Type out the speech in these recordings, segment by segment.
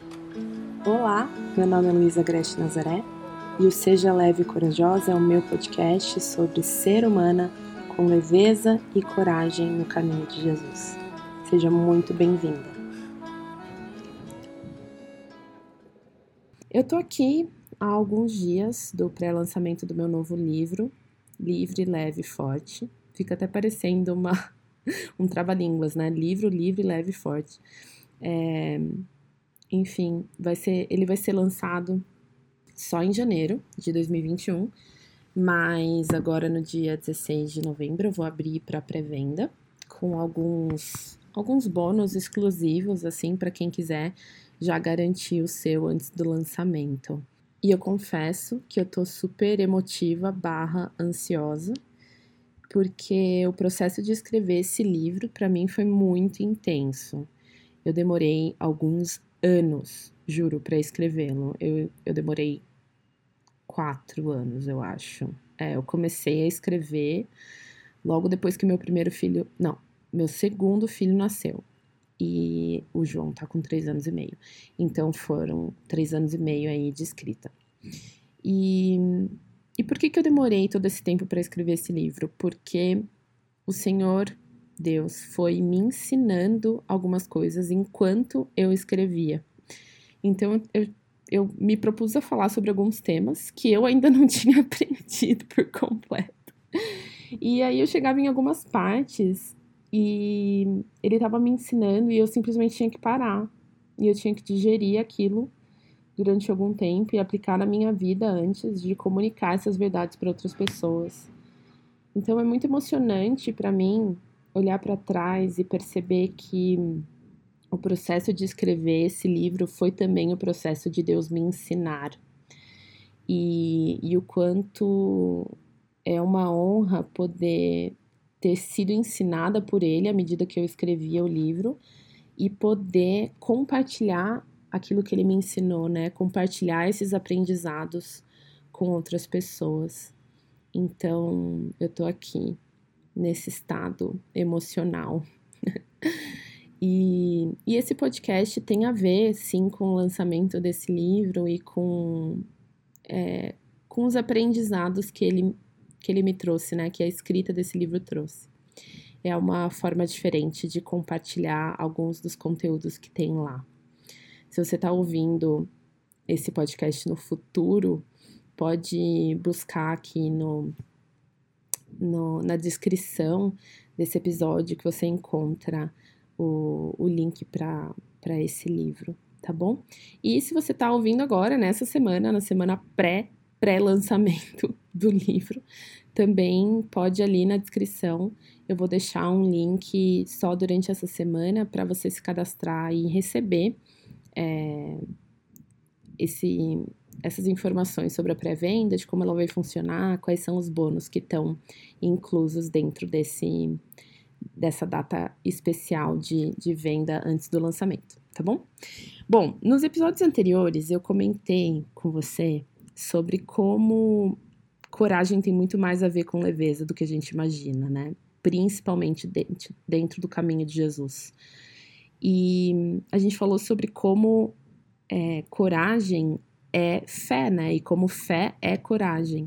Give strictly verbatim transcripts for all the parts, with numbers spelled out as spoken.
Olá, meu nome é Luísa Grete Nazaré e o Seja Leve e Corajosa é o meu podcast sobre ser humana com leveza e coragem no caminho de Jesus. Seja muito bem-vinda. Eu tô aqui há alguns dias do pré-lançamento do meu novo livro, Livre, Leve e Forte. Fica até parecendo uma, um trava-línguas, né? Livro, livre, leve e forte. É... Enfim, vai ser, ele vai ser lançado só em janeiro de dois mil e vinte e um, mas agora no dia dezesseis de novembro eu vou abrir para pré-venda com alguns, alguns bônus exclusivos, assim, para quem quiser já garantir o seu antes do lançamento. E eu confesso que eu tô super emotiva barra ansiosa, porque o processo de escrever esse livro para mim foi muito intenso. Eu demorei alguns anos, juro, para escrevê-lo. Eu, eu demorei quatro anos, eu acho. É, eu comecei a escrever logo depois que meu primeiro filho... Não, meu segundo filho nasceu. E o João tá com três anos e meio. Então foram três anos e meio aí de escrita. E, e por que que eu demorei todo esse tempo para escrever esse livro? Porque o Senhor Deus foi me ensinando algumas coisas enquanto eu escrevia. Então, eu, eu me propus a falar sobre alguns temas que eu ainda não tinha aprendido por completo. E aí eu chegava em algumas partes e ele estava me ensinando e eu simplesmente tinha que parar. E eu tinha que digerir aquilo durante algum tempo e aplicar na minha vida antes de comunicar essas verdades para outras pessoas. Então é muito emocionante para mim olhar para trás e perceber que o processo de escrever esse livro foi também o processo de Deus me ensinar. E, e o quanto é uma honra poder ter sido ensinada por ele à medida que eu escrevia o livro e poder compartilhar aquilo que ele me ensinou, né? Compartilhar esses aprendizados com outras pessoas. Então, eu tô aqui nesse estado emocional. E, e esse podcast tem a ver, sim, com o lançamento desse livro e com, é, com os aprendizados que ele, que ele me trouxe, né? Que a escrita desse livro trouxe. É uma forma diferente de compartilhar alguns dos conteúdos que tem lá. Se você está ouvindo esse podcast no futuro, pode buscar aqui no, no, na descrição desse episódio que você encontra o, o link para esse livro, tá bom? E se você está ouvindo agora, nessa semana, na semana pré, pré-lançamento do livro, também pode ali na descrição, eu vou deixar um link só durante essa semana para você se cadastrar e receber é, esse, essas informações sobre a pré-venda, de como ela vai funcionar, quais são os bônus que estão inclusos dentro desse, dessa data especial de, de venda antes do lançamento, tá bom? Bom, nos episódios anteriores eu comentei com você sobre como coragem tem muito mais a ver com leveza do que a gente imagina, né? Principalmente dentro, dentro do caminho de Jesus. E a gente falou sobre como é, coragem é fé, né? E como fé é coragem.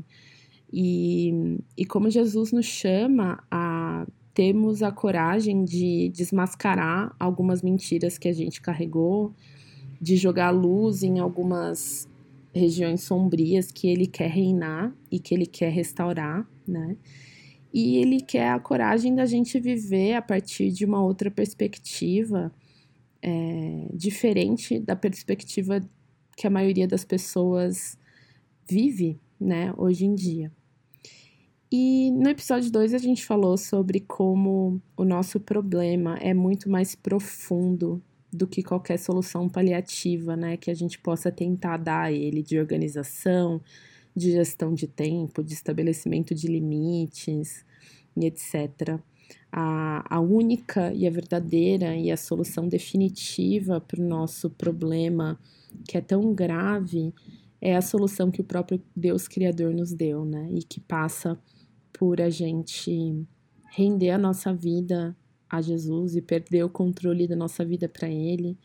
E, e como Jesus nos chama a termos a coragem de desmascarar algumas mentiras que a gente carregou, de jogar luz em algumas regiões sombrias que ele quer reinar e que ele quer restaurar, né? E ele quer a coragem da gente viver a partir de uma outra perspectiva, é, diferente da perspectiva que a maioria das pessoas vive, né, hoje em dia. E no episódio dois a gente falou sobre como o nosso problema é muito mais profundo do que qualquer solução paliativa, né, que a gente possa tentar dar a ele, de organização, de gestão de tempo, de estabelecimento de limites e etcétera. A, a única e a verdadeira e a solução definitiva para o nosso problema, que é tão grave, é a solução que o próprio Deus Criador nos deu, né, e que passa por a gente render a nossa vida a Jesus e perder o controle da nossa vida para Ele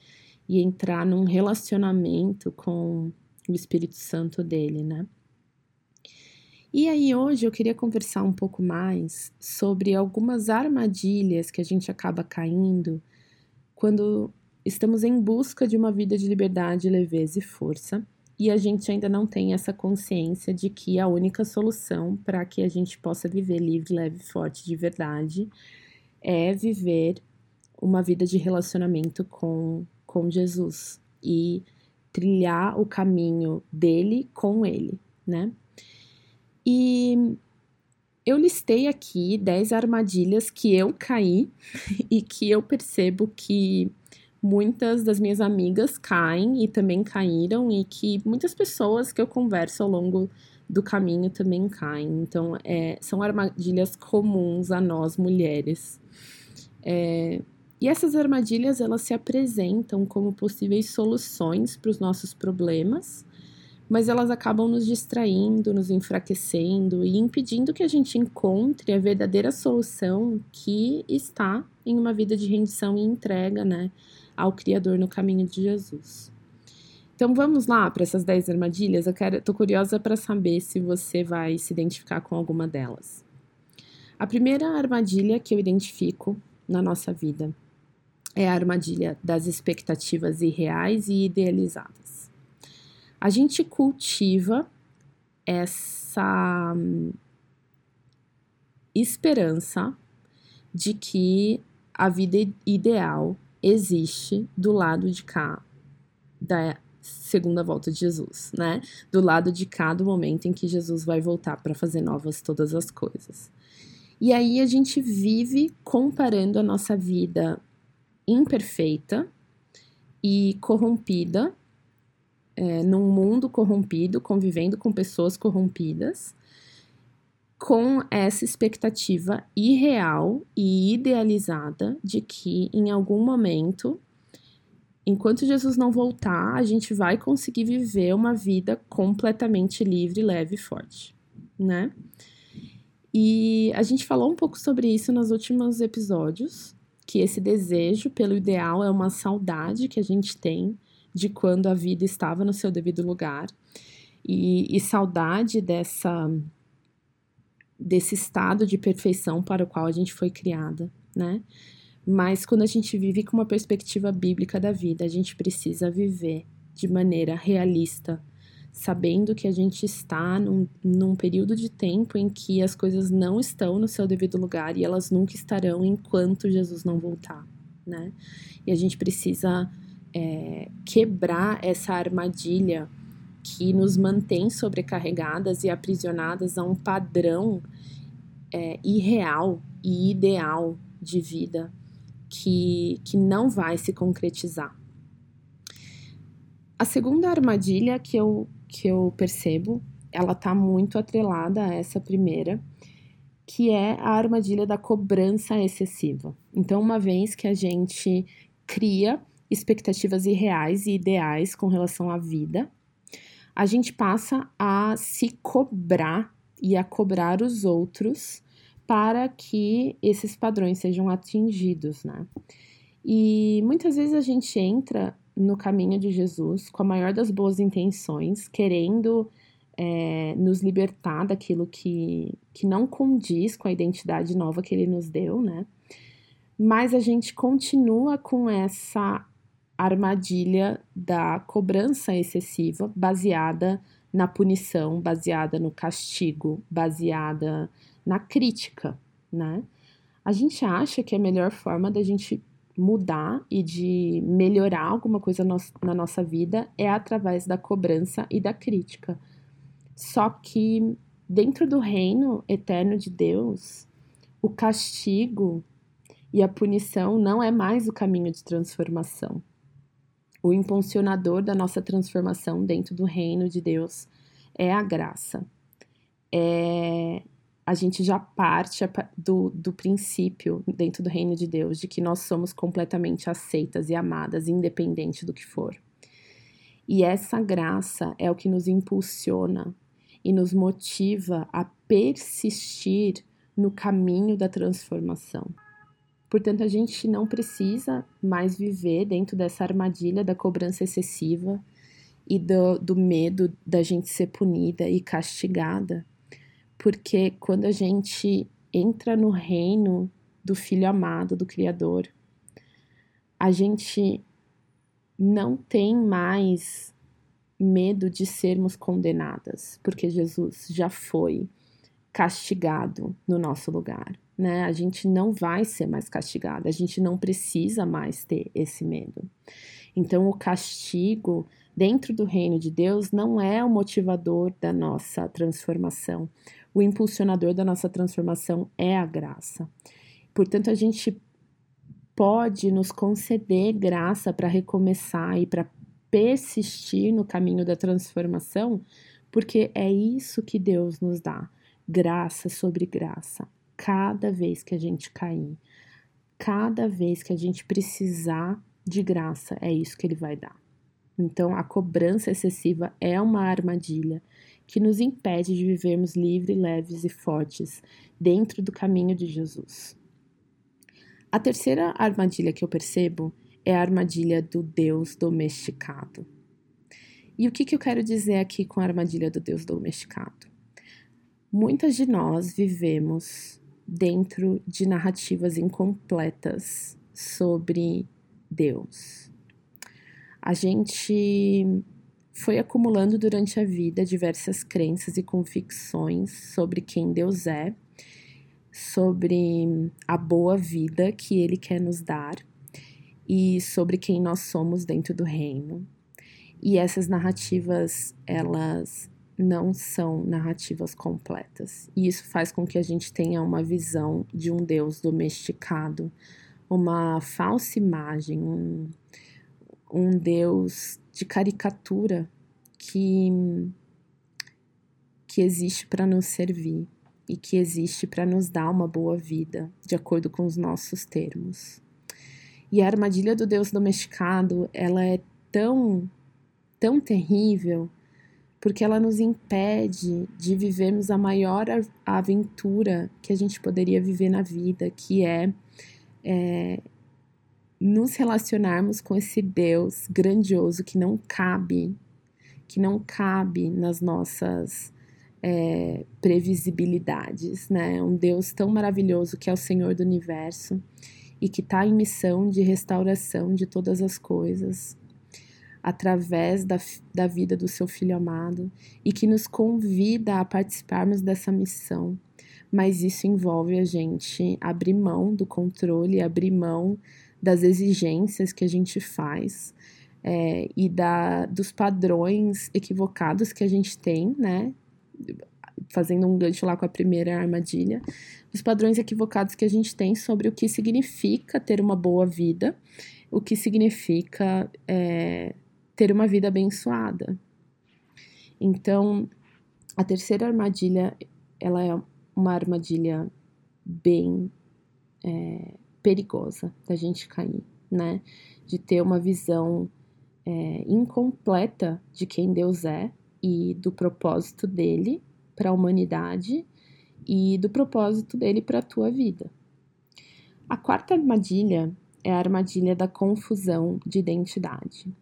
e entrar num relacionamento com o Espírito Santo dele, né? E aí hoje eu queria conversar um pouco mais sobre algumas armadilhas que a gente acaba caindo quando estamos em busca de uma vida de liberdade, leveza e força, e a gente ainda não tem essa consciência de que a única solução para que a gente possa viver livre, leve e forte de verdade é viver uma vida de relacionamento com, com Jesus e trilhar o caminho dele com ele, né? E eu listei aqui dez armadilhas que eu caí e que eu percebo que muitas das minhas amigas caem e também caíram, e que muitas pessoas que eu converso ao longo do caminho também caem. Então, é, são armadilhas comuns a nós mulheres. É, e essas armadilhas, elas se apresentam como possíveis soluções para os nossos problemas, mas elas acabam nos distraindo, nos enfraquecendo e impedindo que a gente encontre a verdadeira solução que está em uma vida de rendição e entrega, né, ao Criador no caminho de Jesus. Então vamos lá para essas dez armadilhas. Eu quero, tô curiosa para saber se você vai se identificar com alguma delas. A primeira armadilha que eu identifico na nossa vida é a armadilha das expectativas irreais e idealizadas. A gente cultiva essa esperança de que a vida ideal existe do lado de cá da segunda volta de Jesus, né? Do lado de cá do momento em que Jesus vai voltar para fazer novas todas as coisas. E aí a gente vive comparando a nossa vida imperfeita e corrompida, É, num mundo corrompido, convivendo com pessoas corrompidas, com essa expectativa irreal e idealizada de que em algum momento, enquanto Jesus não voltar, a gente vai conseguir viver uma vida completamente livre, leve e forte, né? E a gente falou um pouco sobre isso nos últimos episódios, que esse desejo pelo ideal é uma saudade que a gente tem de quando a vida estava no seu devido lugar, e, e saudade dessa, desse estado de perfeição para o qual a gente foi criada, né? Mas quando a gente vive com uma perspectiva bíblica da vida, a gente precisa viver de maneira realista, sabendo que a gente está num, num período de tempo em que as coisas não estão no seu devido lugar e elas nunca estarão enquanto Jesus não voltar, né? E a gente precisa É, quebrar essa armadilha que nos mantém sobrecarregadas e aprisionadas a um padrão é, irreal e ideal de vida que, que não vai se concretizar. A segunda armadilha que eu, que eu percebo, ela tá muito atrelada a essa primeira, que é a armadilha da cobrança excessiva. Então, uma vez que a gente cria expectativas irreais e ideais com relação à vida, a gente passa a se cobrar e a cobrar os outros para que esses padrões sejam atingidos, né? E muitas vezes a gente entra no caminho de Jesus com a maior das boas intenções, querendo é, nos libertar daquilo que, que não condiz com a identidade nova que ele nos deu, né? Mas a gente continua com essa armadilha da cobrança excessiva, baseada na punição, baseada no castigo, baseada na crítica, né? A gente acha que a melhor forma da gente mudar e de melhorar alguma coisa no, na nossa vida é através da cobrança e da crítica. Só que dentro do reino eterno de Deus, o castigo e a punição não é mais o caminho de transformação. O impulsionador da nossa transformação dentro do reino de Deus é a graça. É, a gente já parte do, do princípio dentro do reino de Deus de que nós somos completamente aceitas e amadas, independente do que for. E essa graça é o que nos impulsiona e nos motiva a persistir no caminho da transformação. Portanto, a gente não precisa mais viver dentro dessa armadilha da cobrança excessiva e do, do medo da gente ser punida e castigada, porque quando a gente entra no reino do Filho amado, do Criador, a gente não tem mais medo de sermos condenadas, porque Jesus já foi castigado no nosso lugar, né? A gente não vai ser mais castigada, a gente não precisa mais ter esse medo. Então, o castigo dentro do reino de Deus não é o motivador da nossa transformação. O impulsionador da nossa transformação é a graça. Portanto, a gente pode nos conceder graça para recomeçar e para persistir no caminho da transformação, porque é isso que Deus nos dá, graça sobre graça. Cada vez que a gente cair, cada vez que a gente precisar de graça, é isso que Ele vai dar. Então, a cobrança excessiva é uma armadilha que nos impede de vivermos livres, leves e fortes dentro do caminho de Jesus. A terceira armadilha que eu percebo é a armadilha do Deus domesticado. E o que, que eu quero dizer aqui com a armadilha do Deus domesticado? Muitas de nós vivemos dentro de narrativas incompletas sobre Deus. A gente foi acumulando durante a vida diversas crenças e convicções sobre quem Deus é, sobre a boa vida que Ele quer nos dar e sobre quem nós somos dentro do reino. E essas narrativas, elas não são narrativas completas. E isso faz com que a gente tenha uma visão de um Deus domesticado, uma falsa imagem, um, um Deus de caricatura que, que existe para nos servir e que existe para nos dar uma boa vida, de acordo com os nossos termos. E a armadilha do Deus domesticado, ela é tão, tão terrível, porque ela nos impede de vivermos a maior aventura que a gente poderia viver na vida, que é, é nos relacionarmos com esse Deus grandioso que não cabe, que não cabe nas nossas é, previsibilidades, né? Um Deus tão maravilhoso que é o Senhor do Universo e que está em missão de restauração de todas as coisas, através da, da vida do seu Filho amado, e que nos convida a participarmos dessa missão, mas isso envolve a gente abrir mão do controle, abrir mão das exigências que a gente faz é, e da, dos padrões equivocados que a gente tem, né? Fazendo um gancho lá com a primeira armadilha, os padrões equivocados que a gente tem sobre o que significa ter uma boa vida, o que significa é, ter uma vida abençoada. Então, a terceira armadilha, ela é uma armadilha bem é, perigosa da gente cair, né? De ter uma visão é, incompleta de quem Deus é e do propósito dele para a humanidade e do propósito dele para a tua vida. A quarta armadilha é a armadilha da confusão de identidade.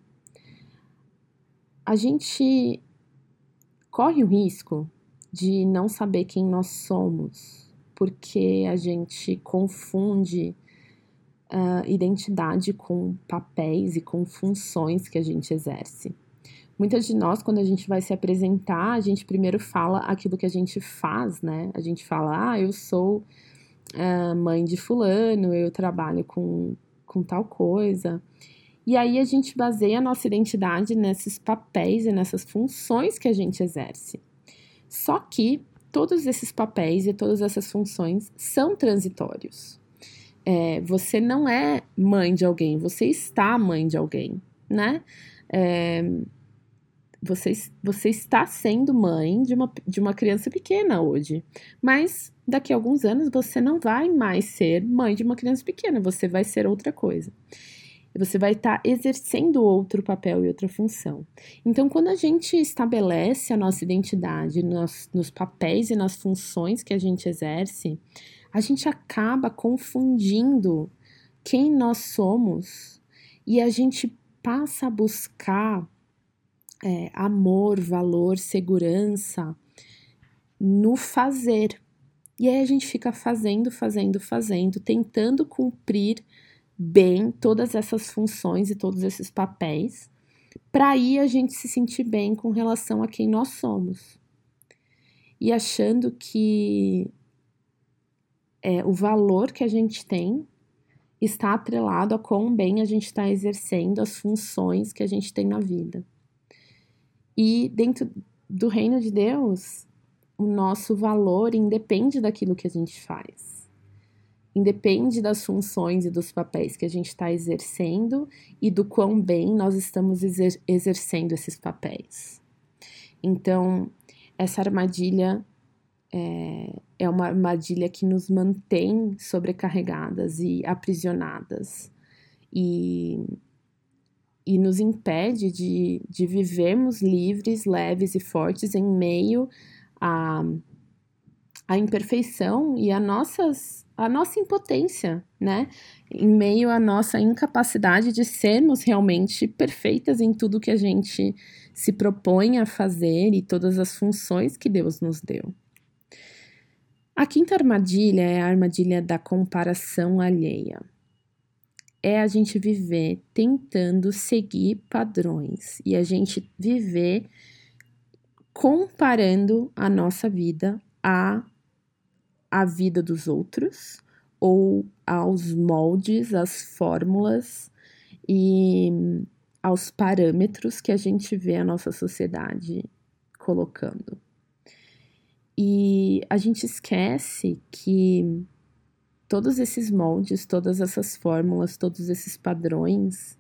A gente corre o risco de não saber quem nós somos, porque a gente confunde uh, identidade com papéis e com funções que a gente exerce. Muitas de nós, quando a gente vai se apresentar, a gente primeiro fala aquilo que a gente faz, né? A gente fala, ah, eu sou uh, mãe de fulano, eu trabalho com, com tal coisa. E aí a gente baseia a nossa identidade nesses papéis e nessas funções que a gente exerce. Só que todos esses papéis e todas essas funções são transitórios. É, você não é mãe de alguém, você está mãe de alguém, né? É, Você, você está sendo mãe de uma, de uma criança pequena hoje, mas daqui a alguns anos você não vai mais ser mãe de uma criança pequena, você vai ser outra coisa. Você vai estar exercendo outro papel e outra função. Então, quando a gente estabelece a nossa identidade nos, nos papéis e nas funções que a gente exerce, a gente acaba confundindo quem nós somos e a gente passa a buscar é, amor, valor, segurança no fazer. E aí a gente fica fazendo, fazendo, fazendo, tentando cumprir bem todas essas funções e todos esses papéis, para aí a gente se sentir bem com relação a quem nós somos. E achando que é, o valor que a gente tem está atrelado a quão bem a gente está exercendo as funções que a gente tem na vida. E dentro do reino de Deus, o nosso valor independe daquilo que a gente faz. Independe das funções e dos papéis que a gente está exercendo e do quão bem nós estamos exer- exercendo esses papéis. Então, essa armadilha é, é uma armadilha que nos mantém sobrecarregadas e aprisionadas e, e nos impede de, de vivermos livres, leves e fortes em meio a, a imperfeição e a, nossas, a nossa impotência, né? Em meio à nossa incapacidade de sermos realmente perfeitas em tudo que a gente se propõe a fazer e todas as funções que Deus nos deu. A quinta armadilha é a armadilha da comparação alheia. É a gente viver tentando seguir padrões e a gente viver comparando a nossa vida à, à vida dos outros ou aos moldes, às fórmulas e aos parâmetros que a gente vê a nossa sociedade colocando. E a gente esquece que todos esses moldes, todas essas fórmulas, todos esses padrões,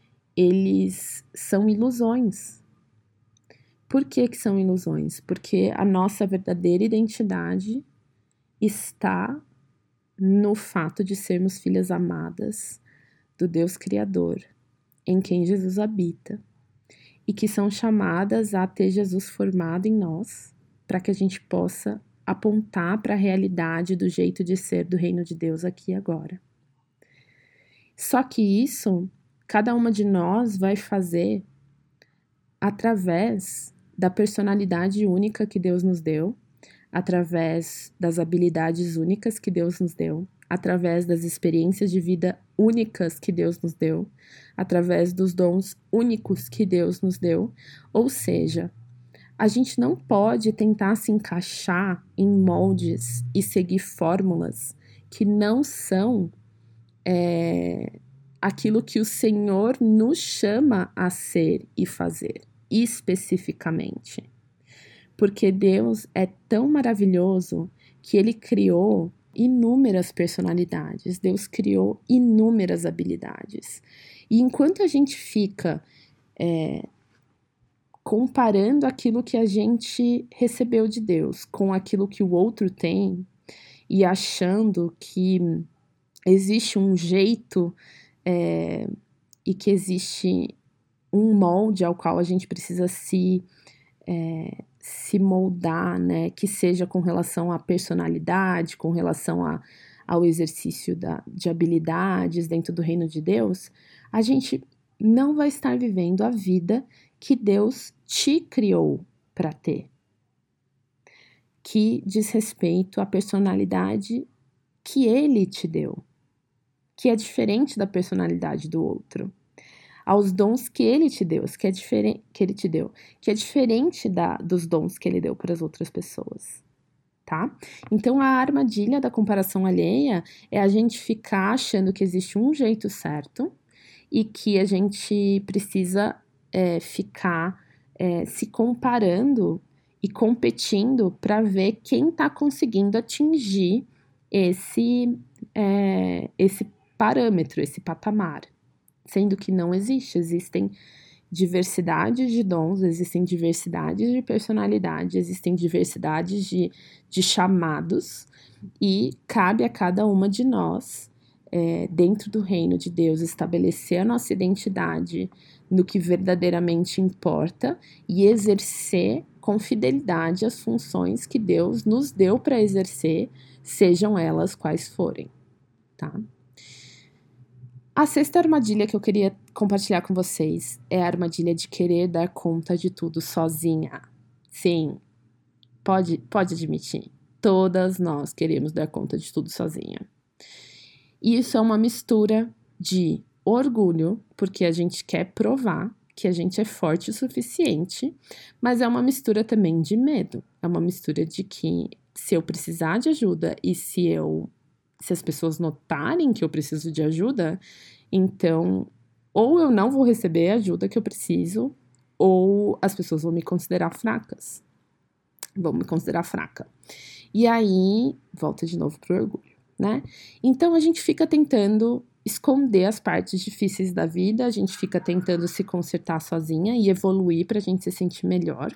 eles são ilusões. Por que que são ilusões? Porque a nossa verdadeira identidade está no fato de sermos filhas amadas do Deus Criador, em quem Jesus habita, e que são chamadas a ter Jesus formado em nós, para que a gente possa apontar para a realidade do jeito de ser do reino de Deus aqui e agora. Só que isso, cada uma de nós vai fazer através da personalidade única que Deus nos deu, através das habilidades únicas que Deus nos deu, através das experiências de vida únicas que Deus nos deu, através dos dons únicos que Deus nos deu, ou seja, a gente não pode tentar se encaixar em moldes e seguir fórmulas que não são é, aquilo que o Senhor nos chama a ser e fazer, especificamente. Porque Deus é tão maravilhoso que Ele criou inúmeras personalidades, Deus criou inúmeras habilidades. E enquanto a gente fica é, comparando aquilo que a gente recebeu de Deus com aquilo que o outro tem e achando que existe um jeito é, e que existe um molde ao qual a gente precisa se, é, se moldar, né? Que seja com relação à personalidade, com relação a, ao exercício da, de habilidades dentro do reino de Deus, a gente não vai estar vivendo a vida que Deus te criou para ter, que diz respeito à personalidade que Ele te deu, que é diferente da personalidade do outro, aos dons que Ele te deu, que é diferente, que Ele te deu, que é diferente da, dos dons que Ele deu para as outras pessoas, tá? Então, a armadilha da comparação alheia é a gente ficar achando que existe um jeito certo e que a gente precisa é, ficar é, se comparando e competindo para ver quem está conseguindo atingir esse, é, esse parâmetro, esse patamar, sendo que não existe. Existem diversidades de dons, existem diversidades de personalidade, existem diversidades de, de chamados e cabe a cada uma de nós, é, dentro do reino de Deus, estabelecer a nossa identidade no que verdadeiramente importa e exercer com fidelidade as funções que Deus nos deu para exercer, sejam elas quais forem, tá? A sexta armadilha que eu queria compartilhar com vocês é a armadilha de querer dar conta de tudo sozinha. Sim, pode, pode admitir. Todas nós queremos dar conta de tudo sozinha. E isso é uma mistura de orgulho, porque a gente quer provar que a gente é forte o suficiente, mas é uma mistura também de medo. É uma mistura de que se eu precisar de ajuda e se eu se as pessoas notarem que eu preciso de ajuda, então ou eu não vou receber a ajuda que eu preciso, ou as pessoas vão me considerar fracas. Vão me considerar fraca. E aí, volta de novo pro orgulho, né? Então a gente fica tentando esconder as partes difíceis da vida, a gente fica tentando se consertar sozinha e evoluir pra gente se sentir melhor.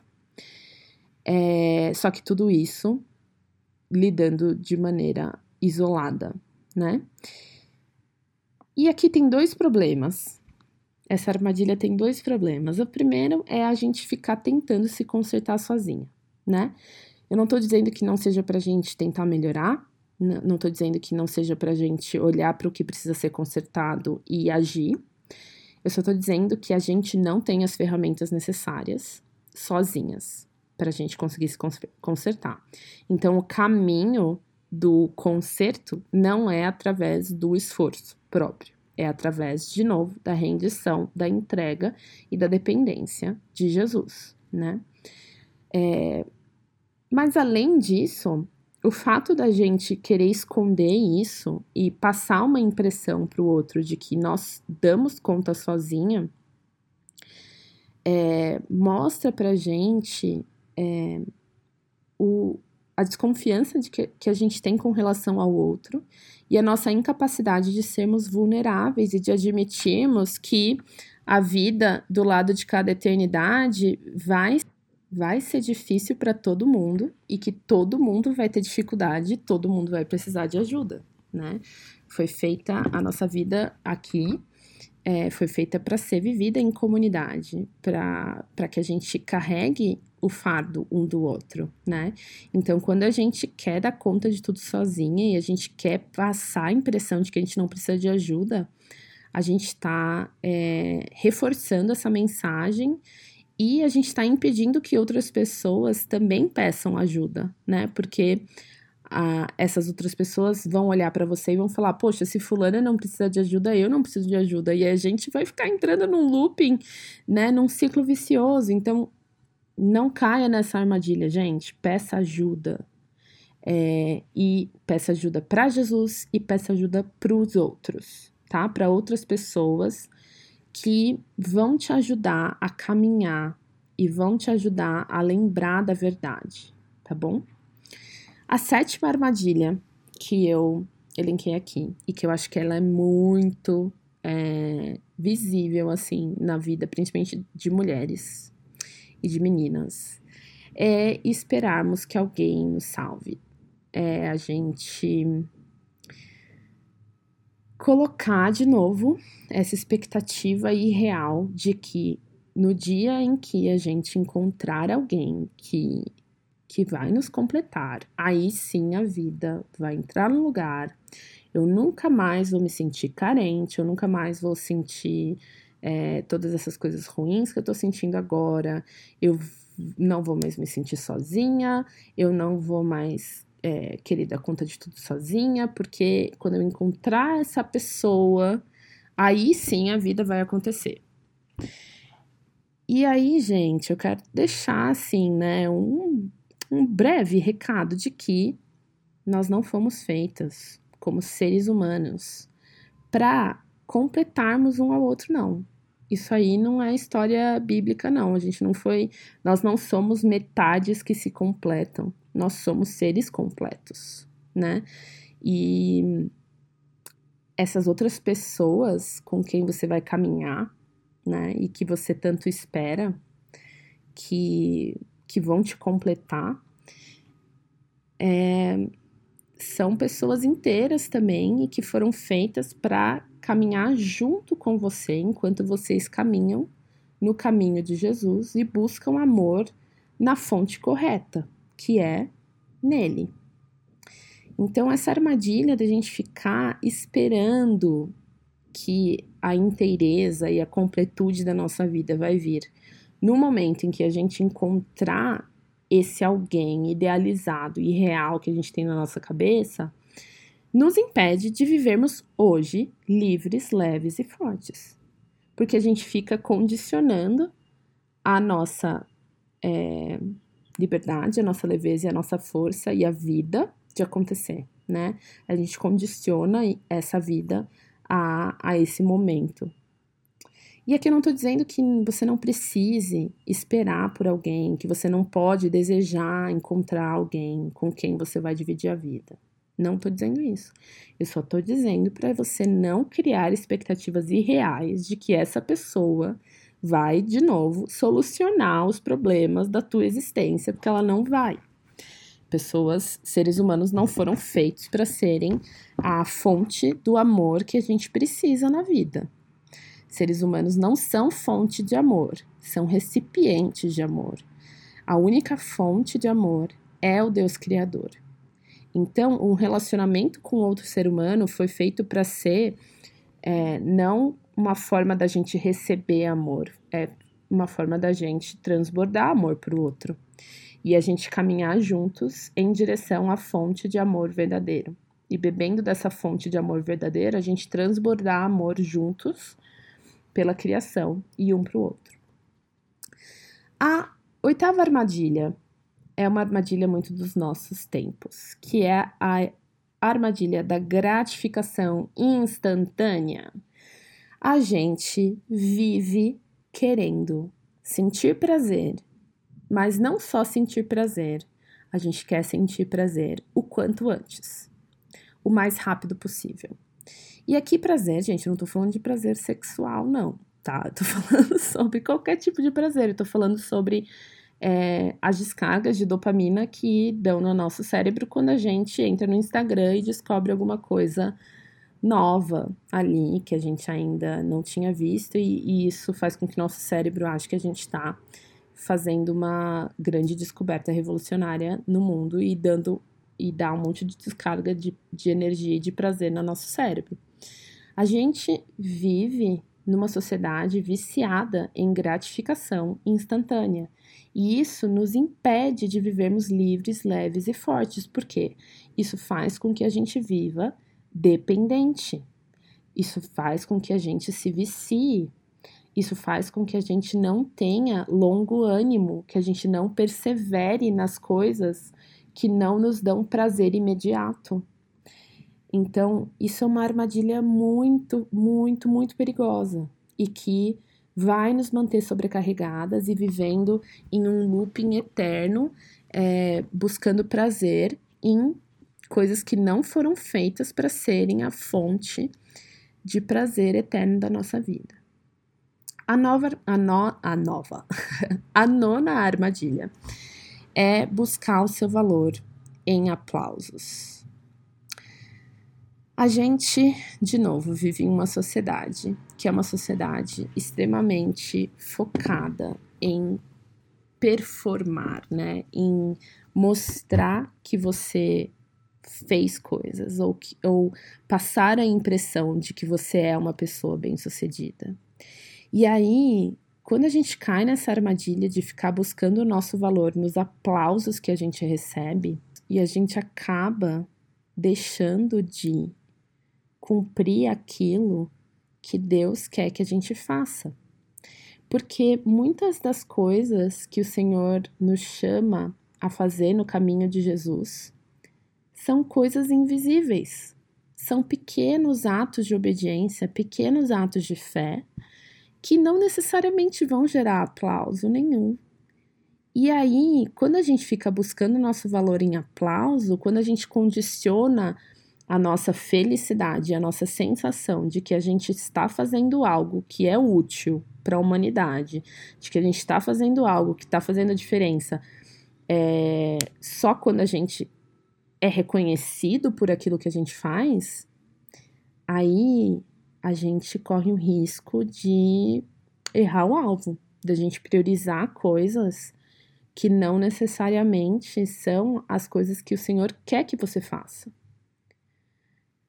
É, só que tudo isso lidando de maneira isolada, né? E aqui tem dois problemas. Essa armadilha tem dois problemas. O primeiro é a gente ficar tentando se consertar sozinha, né? Eu não tô dizendo que não seja pra gente tentar melhorar, não tô dizendo que não seja pra gente olhar para o que precisa ser consertado e agir. Eu só tô dizendo que a gente não tem as ferramentas necessárias sozinhas pra gente conseguir se consertar. Então, o caminho do conserto não é através do esforço próprio, é através, de novo, da rendição, da entrega e da dependência de Jesus, né? É, mas, além disso, o fato da gente querer esconder isso e passar uma impressão para o outro de que nós damos conta sozinha, é, mostra pra gente é, o a desconfiança de que, que a gente tem com relação ao outro e a nossa incapacidade de sermos vulneráveis e de admitirmos que a vida do lado de cada eternidade vai, vai ser difícil para todo mundo e que todo mundo vai ter dificuldade, todo mundo vai precisar de ajuda, né? Foi feita a nossa vida aqui, é, foi feita para ser vivida em comunidade, para que a gente carregue o fardo um do outro, né? Então, quando a gente quer dar conta de tudo sozinha e a gente quer passar a impressão de que a gente não precisa de ajuda, a gente está é, reforçando essa mensagem e a gente está impedindo que outras pessoas também peçam ajuda, né? Porque ah, essas outras pessoas vão olhar para você e vão falar, poxa, se fulana não precisa de ajuda, eu não preciso de ajuda. E a gente vai ficar entrando num looping, né? Num ciclo vicioso. Então, não caia nessa armadilha, gente. Peça ajuda. É, e peça ajuda para Jesus e peça ajuda para os outros, tá? Para outras pessoas que vão te ajudar a caminhar e vão te ajudar a lembrar da verdade, tá bom? A sétima armadilha que eu elenquei aqui e que eu acho que ela é muito é, visível, assim, na vida, principalmente de mulheres e de meninas, é esperarmos que alguém nos salve. É a gente colocar de novo essa expectativa irreal de que no dia em que a gente encontrar alguém que, que vai nos completar, aí sim a vida vai entrar no lugar, eu nunca mais vou me sentir carente, eu nunca mais vou sentir é, todas essas coisas ruins que eu tô sentindo agora, eu não vou mais me sentir sozinha, eu não vou mais é, querer dar conta de tudo sozinha, porque quando eu encontrar essa pessoa, aí sim a vida vai acontecer. E aí, gente, eu quero deixar, assim, né, um, um breve recado de que nós não fomos feitas como seres humanos para completarmos um ao outro, não. Isso aí não é história bíblica, não. A gente não foi... Nós não somos metades que se completam. Nós somos seres completos, né? E essas outras pessoas com quem você vai caminhar, né? E que você tanto espera que, que vão te completar, é, são pessoas inteiras também e que foram feitas para caminhar junto com você enquanto vocês caminham no caminho de Jesus e buscam amor na fonte correta, que é nele. Então, essa armadilha da gente ficar esperando que a inteireza e a completude da nossa vida vai vir no momento em que a gente encontrar esse alguém idealizado e real que a gente tem na nossa cabeça, nos impede de vivermos hoje livres, leves e fortes. Porque a gente fica condicionando a nossa é, liberdade, a nossa leveza e a nossa força e a vida de acontecer, né? A gente condiciona essa vida a, a esse momento. E aqui eu não estou dizendo que você não precise esperar por alguém, que você não pode desejar encontrar alguém com quem você vai dividir a vida. Não estou dizendo isso. Eu só estou dizendo para você não criar expectativas irreais de que essa pessoa vai, de novo, solucionar os problemas da tua existência, porque ela não vai. Pessoas, seres humanos não foram feitos para serem a fonte do amor que a gente precisa na vida. Seres humanos não são fonte de amor, são recipientes de amor. A única fonte de amor é o Deus Criador. Então, um relacionamento com outro ser humano foi feito para ser é, não uma forma da gente receber amor, é uma forma da gente transbordar amor para o outro. E a gente caminhar juntos em direção à fonte de amor verdadeiro. E bebendo dessa fonte de amor verdadeiro, a gente transbordar amor juntos pela criação e um para o outro. A oitava armadilha é uma armadilha muito dos nossos tempos, que é a armadilha da gratificação instantânea. A gente vive querendo sentir prazer, mas não só sentir prazer, a gente quer sentir prazer o quanto antes, o mais rápido possível. E aqui prazer, gente, eu não tô falando de prazer sexual, não, tá? Eu tô falando sobre qualquer tipo de prazer, eu tô falando sobre é, as descargas de dopamina que dão no nosso cérebro quando a gente entra no Instagram e descobre alguma coisa nova ali, que a gente ainda não tinha visto, e, e isso faz com que nosso cérebro ache que a gente tá fazendo uma grande descoberta revolucionária no mundo e dando e dá um monte de descarga de, de energia e de prazer no nosso cérebro. A gente vive numa sociedade viciada em gratificação instantânea. E isso nos impede de vivermos livres, leves e fortes. Por quê? Isso faz com que a gente viva dependente. Isso faz com que a gente se vicie. Isso faz com que a gente não tenha longo ânimo, que a gente não persevere nas coisas que não nos dão prazer imediato. Então, isso é uma armadilha muito, muito, muito perigosa e que vai nos manter sobrecarregadas e vivendo em um looping eterno, é, buscando prazer em coisas que não foram feitas para serem a fonte de prazer eterno da nossa vida. A nova, a, no, a nova, a nona armadilha é buscar o seu valor em aplausos. A gente, de novo, vive em uma sociedade que é uma sociedade extremamente focada em performar, né? Em mostrar que você fez coisas ou, que, ou passar a impressão de que você é uma pessoa bem-sucedida. E aí, quando a gente cai nessa armadilha de ficar buscando o nosso valor nos aplausos que a gente recebe, e a gente acaba deixando de cumprir aquilo que Deus quer que a gente faça. Porque muitas das coisas que o Senhor nos chama a fazer no caminho de Jesus são coisas invisíveis. São pequenos atos de obediência, pequenos atos de fé, que não necessariamente vão gerar aplauso nenhum. E aí, quando a gente fica buscando nosso valor em aplauso, quando a gente condiciona a nossa felicidade, a nossa sensação de que a gente está fazendo algo que é útil para a humanidade, de que a gente está fazendo algo que está fazendo a diferença, é, só quando a gente é reconhecido por aquilo que a gente faz, aí a gente corre o risco de errar o alvo, da gente priorizar coisas que não necessariamente são as coisas que o Senhor quer que você faça.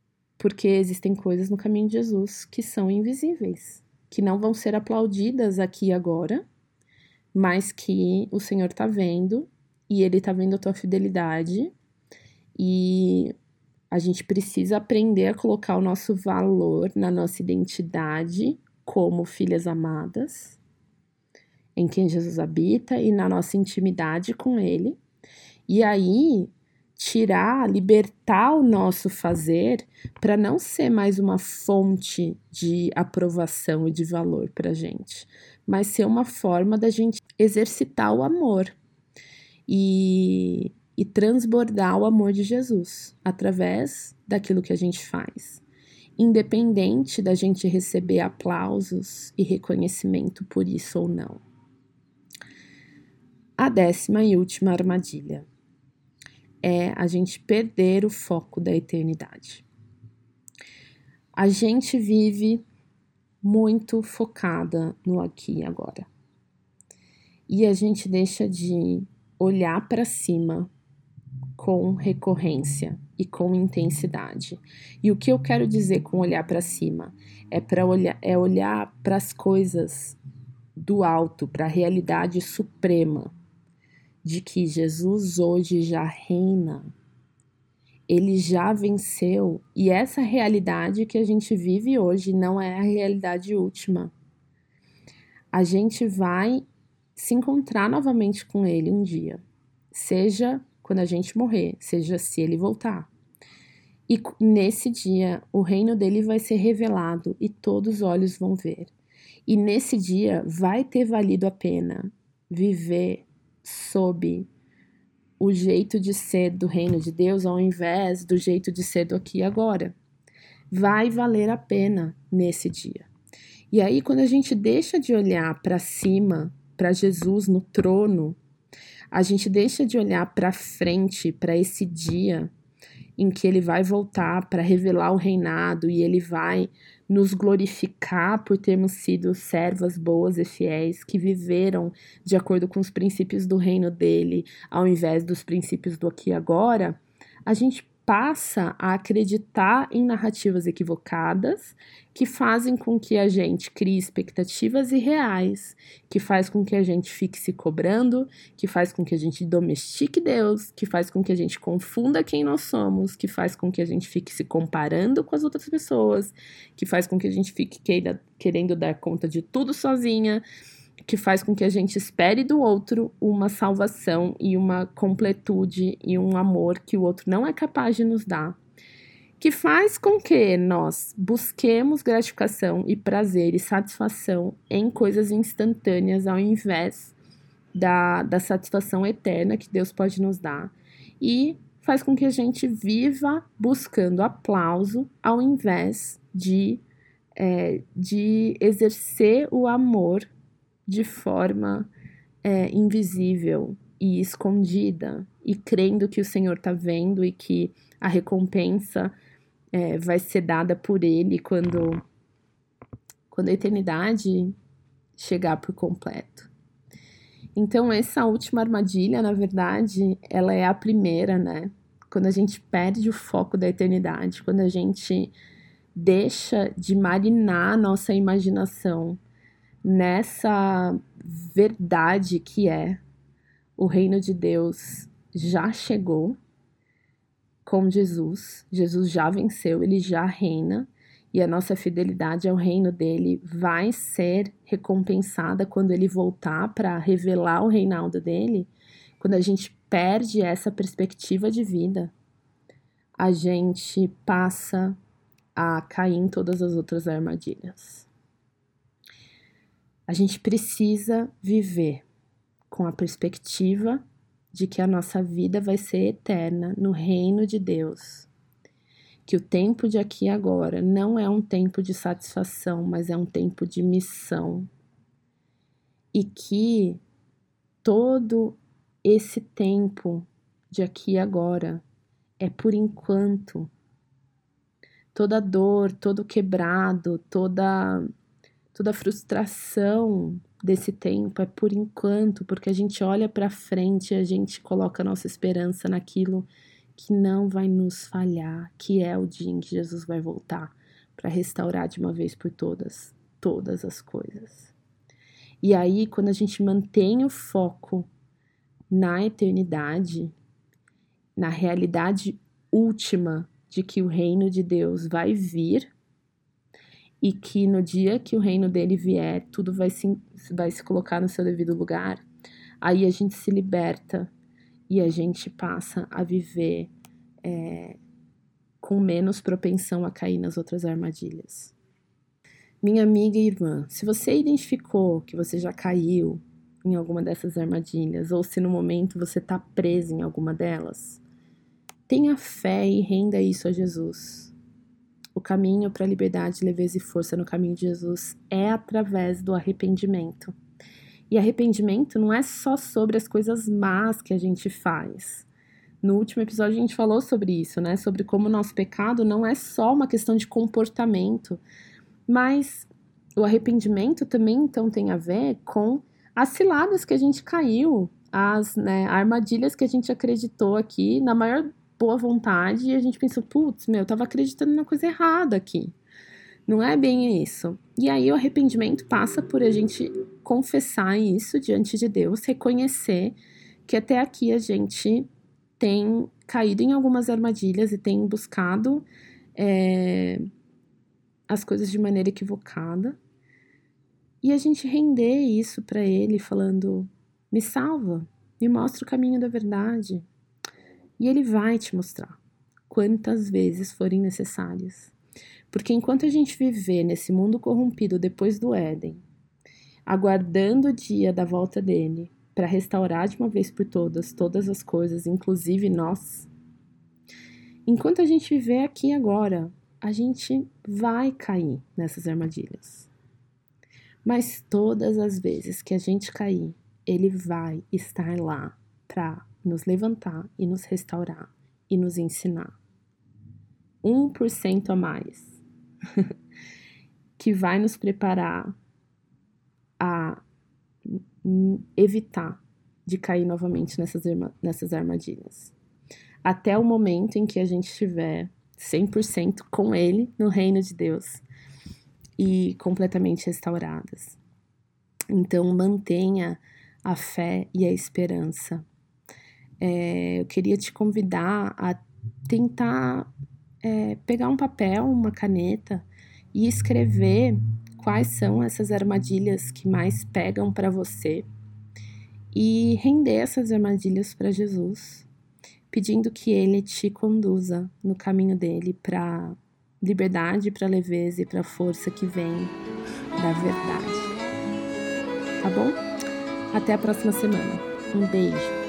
Porque existem coisas no caminho de Jesus que são invisíveis, que não vão ser aplaudidas aqui e agora, mas que o Senhor tá vendo, e Ele tá vendo a tua fidelidade, e a gente precisa aprender a colocar o nosso valor na nossa identidade como filhas amadas, em quem Jesus habita e na nossa intimidade com Ele. E aí, tirar, libertar o nosso fazer para não ser mais uma fonte de aprovação e de valor para a gente, mas ser uma forma da gente exercitar o amor e, e transbordar o amor de Jesus através daquilo que a gente faz, independente da gente receber aplausos e reconhecimento por isso ou não. A décima e última armadilha é a gente perder o foco da eternidade. A gente vive muito focada no aqui e agora. E a gente deixa de olhar para cima com recorrência e com intensidade. E o que eu quero dizer com olhar para cima é para olhar é olhar para as coisas do alto, para a realidade suprema de que Jesus hoje já reina. Ele já venceu, e essa realidade que a gente vive hoje não é a realidade última. A gente vai se encontrar novamente com ele um dia, seja quando a gente morrer, seja se ele voltar. E nesse dia, o reino dele vai ser revelado e todos os olhos vão ver. E nesse dia vai ter valido a pena viver sob o jeito de ser do reino de Deus ao invés do jeito de ser do aqui e agora. Vai valer a pena nesse dia. E aí, quando a gente deixa de olhar para cima, para Jesus no trono, a gente deixa de olhar para frente, para esse dia em que ele vai voltar para revelar o reinado e ele vai nos glorificar por termos sido servas boas e fiéis que viveram de acordo com os princípios do reino dele, ao invés dos princípios do aqui e agora, a gente passa a acreditar em narrativas equivocadas que fazem com que a gente crie expectativas irreais, que faz com que a gente fique se cobrando, que faz com que a gente domestique Deus, que faz com que a gente confunda quem nós somos, que faz com que a gente fique se comparando com as outras pessoas, que faz com que a gente fique queira, querendo dar conta de tudo sozinha, que faz com que a gente espere do outro uma salvação e uma completude e um amor que o outro não é capaz de nos dar, que faz com que nós busquemos gratificação e prazer e satisfação em coisas instantâneas ao invés da, da satisfação eterna que Deus pode nos dar, e faz com que a gente viva buscando aplauso ao invés de, é, de exercer o amor de forma é, invisível e escondida, e crendo que o Senhor está vendo e que a recompensa é, vai ser dada por Ele quando, quando a eternidade chegar por completo. Então, essa última armadilha, na verdade, ela é a primeira, né? Quando a gente perde o foco da eternidade, quando a gente deixa de marinar a nossa imaginação nessa verdade que é o reino de Deus já chegou com Jesus, Jesus já venceu, ele já reina, e a nossa fidelidade ao reino dele vai ser recompensada quando ele voltar para revelar o reinado dele. Quando a gente perde essa perspectiva de vida, a gente passa a cair em todas as outras armadilhas. A gente precisa viver com a perspectiva de que a nossa vida vai ser eterna no reino de Deus. Que o tempo de aqui e agora não é um tempo de satisfação, mas é um tempo de missão. E que todo esse tempo de aqui e agora é por enquanto. Toda dor, todo quebrado, toda... Toda a frustração desse tempo é por enquanto, porque a gente olha para frente e a gente coloca a nossa esperança naquilo que não vai nos falhar, que é o dia em que Jesus vai voltar para restaurar de uma vez por todas, todas as coisas. E aí, quando a gente mantém o foco na eternidade, na realidade última de que o reino de Deus vai vir e que no dia que o reino dele vier, tudo vai se, vai se colocar no seu devido lugar, aí a gente se liberta e a gente passa a viver é, com menos propensão a cair nas outras armadilhas. Minha amiga e irmã, se você identificou que você já caiu em alguma dessas armadilhas, ou se no momento você está preso em alguma delas, tenha fé e renda isso a Jesus. O caminho para a liberdade, leveza e força no caminho de Jesus é através do arrependimento. E arrependimento não é só sobre as coisas más que a gente faz. No último episódio a gente falou sobre isso, né? Sobre como o nosso pecado não é só uma questão de comportamento, mas o arrependimento também então tem a ver com as ciladas que a gente caiu, as né, armadilhas que a gente acreditou aqui, na maior boa vontade, e a gente pensou, putz, meu, eu tava acreditando na coisa errada aqui. Não é bem isso. E aí o arrependimento passa por a gente confessar isso diante de Deus, reconhecer que até aqui a gente tem caído em algumas armadilhas e tem buscado é, as coisas de maneira equivocada. E a gente render isso para Ele, falando, me salva, me mostra o caminho da verdade. E Ele vai te mostrar quantas vezes forem necessárias. Porque enquanto a gente viver nesse mundo corrompido depois do Éden, aguardando o dia da volta dele para restaurar de uma vez por todas todas as coisas, inclusive nós, enquanto a gente viver aqui agora, a gente vai cair nessas armadilhas. Mas todas as vezes que a gente cair, ele vai estar lá para nos levantar e nos restaurar e nos ensinar. um por cento a mais. Que vai nos preparar a evitar de cair novamente nessas, nessas armadilhas. Até o momento em que a gente estiver cem por cento com Ele no reino de Deus e completamente restauradas. Então, mantenha a fé e a esperança. É, eu queria te convidar a tentar é, pegar um papel, uma caneta e escrever quais são essas armadilhas que mais pegam para você e render essas armadilhas para Jesus, pedindo que Ele te conduza no caminho dele para liberdade, para leveza e para força que vem da verdade. Tá bom? Até a próxima semana. Um beijo.